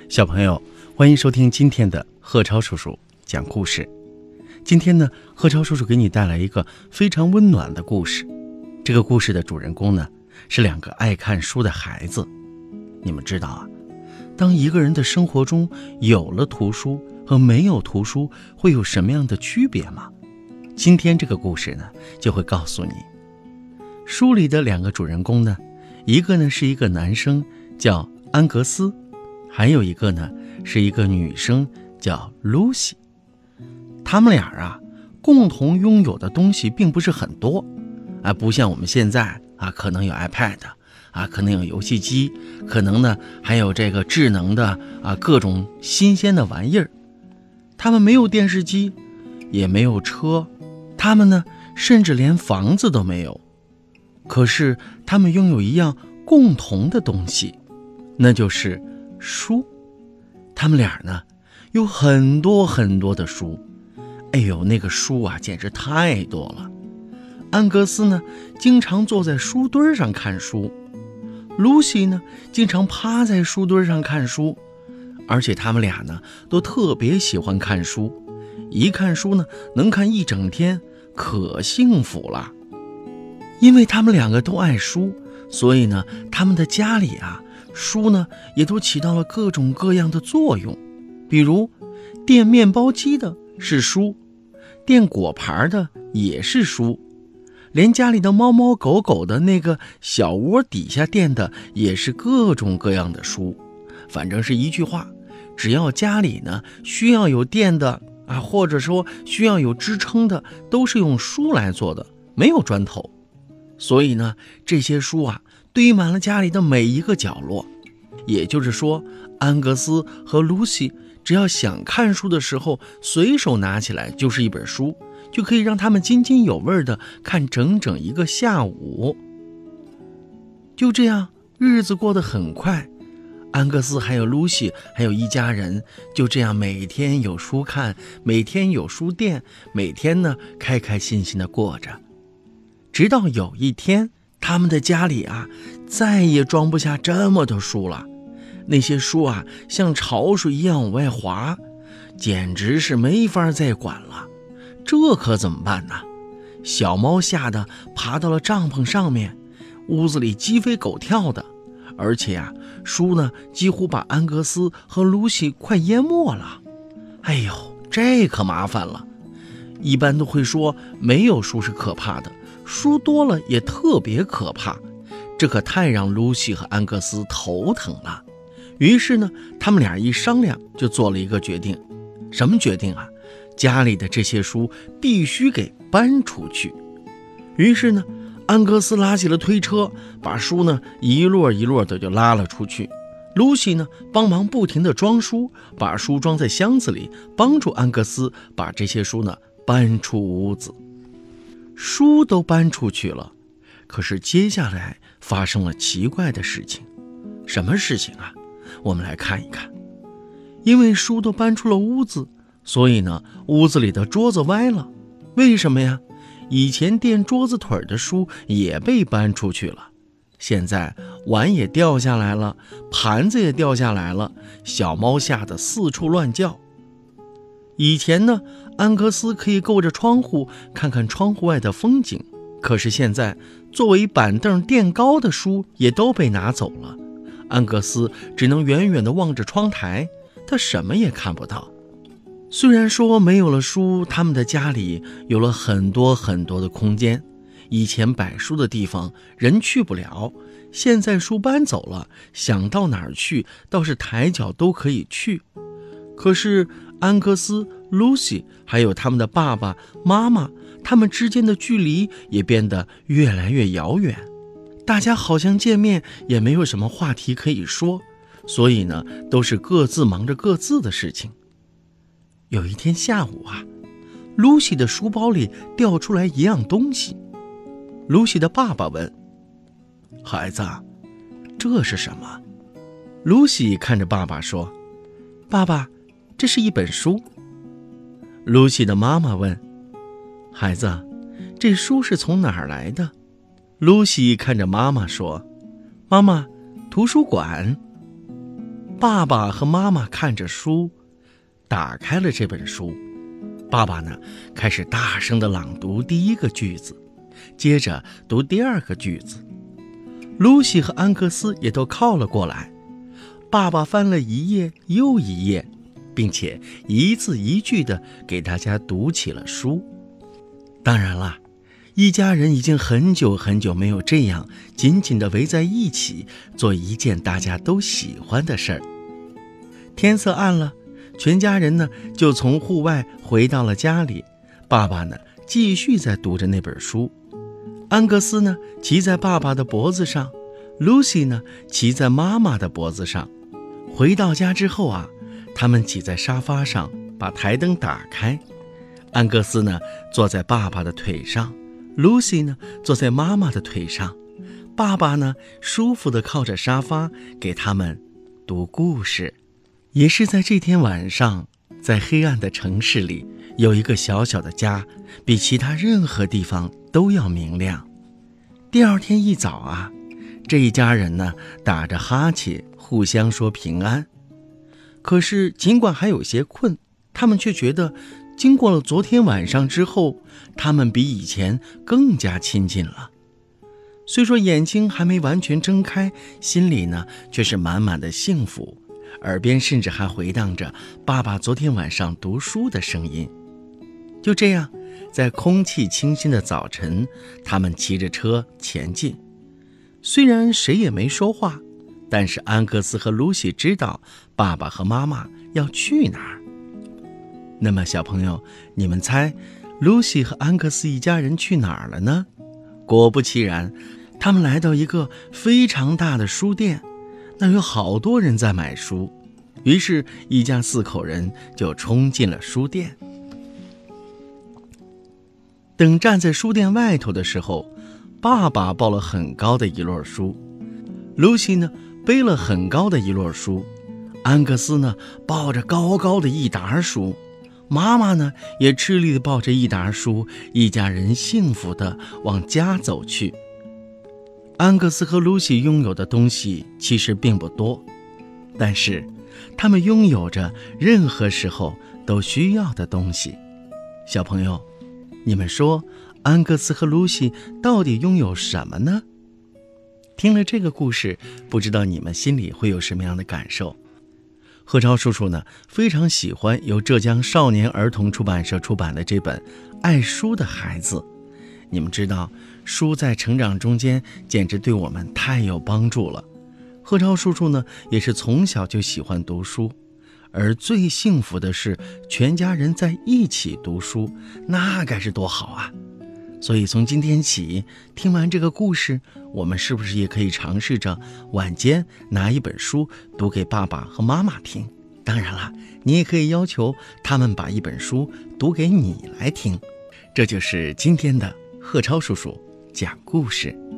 小朋友，欢迎收听今天的贺超叔叔讲故事。今天呢，贺超叔叔给你带来一个非常温暖的故事。这个故事的主人公呢，是两个爱看书的孩子。你们知道啊，当一个人的生活中有了图书和没有图书会有什么样的区别吗？今天这个故事呢，就会告诉你。书里的两个主人公呢，一个呢是一个男生，叫安格斯，还有一个呢是一个女生，叫露西。他们俩啊，共同拥有的东西并不是很多啊，不像我们现在啊，可能有 iPad 啊，可能有游戏机，可能呢还有这个智能的啊各种新鲜的玩意儿。他们没有电视机，也没有车，他们呢甚至连房子都没有。可是他们拥有一样共同的东西，那就是书。他们俩呢有很多很多的书，哎呦，那个书啊简直太多了。安格斯呢经常坐在书堆上看书，露西呢经常趴在书堆上看书，而且他们俩呢都特别喜欢看书，一看书呢能看一整天，可幸福了。因为他们两个都爱书，所以呢他们的家里啊，书呢也都起到了各种各样的作用。比如垫面包机的是书，垫果盘的也是书，连家里的猫猫狗狗的那个小窝底下垫的也是各种各样的书。反正是一句话，只要家里呢需要有垫的啊，或者说需要有支撑的，都是用书来做的，没有砖头。所以呢，这些书啊堆满了家里的每一个角落。也就是说，安格斯和露西只要想看书的时候，随手拿起来就是一本书，就可以让他们津津有味地看整整一个下午。就这样，日子过得很快，安格斯还有露西还有一家人就这样每天有书看，每天有书垫，每天呢开开心心地过着。直到有一天，他们的家里啊再也装不下这么多书了。那些书啊像潮水一样往外滑，简直是没法再管了。这可怎么办呢？小猫吓得爬到了帐篷上面，屋子里鸡飞狗跳的，而且啊书呢几乎把安格斯和露西快淹没了。哎呦，这可麻烦了。一般都会说没有书是可怕的，书多了也特别可怕，这可太让露西和安格斯头疼了。于是呢，他们俩一商量就做了一个决定。什么决定啊？家里的这些书必须给搬出去。于是呢，安格斯拉起了推车，把书呢一摞一摞的就拉了出去。露西呢帮忙不停的装书，把书装在箱子里，帮助安格斯把这些书呢搬出屋子。书都搬出去了，可是接下来发生了奇怪的事情。什么事情啊？我们来看一看。因为书都搬出了屋子，所以呢屋子里的桌子歪了。为什么呀？以前垫桌子腿的书也被搬出去了，现在碗也掉下来了，盘子也掉下来了，小猫吓得四处乱叫。以前呢，安格斯可以够着窗户看看窗户外的风景，可是现在作为板凳垫高的书也都被拿走了。安格斯只能远远地望着窗台，他什么也看不到。虽然说没有了书，他们的家里有了很多很多的空间，以前摆书的地方人去不了，现在书搬走了，想到哪儿去倒是抬脚都可以去。可是安格斯、露西还有他们的爸爸妈妈，他们之间的距离也变得越来越遥远，大家好像见面也没有什么话题可以说，所以呢都是各自忙着各自的事情。有一天下午啊，露西的书包里掉出来一样东西。露西的爸爸问：孩子，这是什么？露西看着爸爸说：爸爸，这是一本书。露西的妈妈问：孩子，这书是从哪儿来的？露西看着妈妈说：妈妈，图书馆。 爸爸和妈妈看着书，打开了这本书。爸爸呢，开始大声地朗读第一个句子，接着读第二个句子。露西和安格斯也都靠了过来，爸爸翻了一页又一页，并且一字一句地给大家读起了书。当然了，一家人已经很久很久没有这样紧紧地围在一起做一件大家都喜欢的事儿。天色暗了，全家人呢就从户外回到了家里。爸爸呢继续在读着那本书，安格斯呢骑在爸爸的脖子上，露西呢骑在妈妈的脖子上。回到家之后啊，他们挤在沙发上，把台灯打开。安格斯呢坐在爸爸的腿上，露西呢坐在妈妈的腿上。爸爸呢舒服地靠着沙发给他们读故事。也是在这天晚上，在黑暗的城市里，有一个小小的家，比其他任何地方都要明亮。第二天一早啊，这一家人呢打着哈欠，互相说平安。可是尽管还有些困，他们却觉得经过了昨天晚上之后，他们比以前更加亲近了。虽说眼睛还没完全睁开，心里呢却是满满的幸福，耳边甚至还回荡着爸爸昨天晚上读书的声音。就这样，在空气清新的早晨，他们骑着车前进。虽然谁也没说话，但是安格斯和露西知道爸爸和妈妈要去哪儿。那么小朋友，你们猜露西和安格斯一家人去哪儿了呢？果不其然，他们来到一个非常大的书店，那有好多人在买书。于是一家4口人就冲进了书店。等站在书店外头的时候，爸爸抱了很高的一摞书，露西呢背了很高的一摞书，安格斯呢抱着高高的一沓书，妈妈呢也吃力地抱着一沓书，一家人幸福地往家走去。安格斯和露西拥有的东西其实并不多，但是他们拥有着任何时候都需要的东西。小朋友，你们说安格斯和露西到底拥有什么呢？听了这个故事，不知道你们心里会有什么样的感受？贺超叔叔呢非常喜欢由浙江少年儿童出版社出版的这本《爱书的孩子》。你们知道，书在成长中间简直对我们太有帮助了。贺超叔叔呢也是从小就喜欢读书，而最幸福的是全家人在一起读书，那该是多好啊！所以从今天起，听完这个故事，我们是不是也可以尝试着晚间拿一本书读给爸爸和妈妈听？当然了，你也可以要求他们把一本书读给你来听。这就是今天的贺超叔叔讲故事。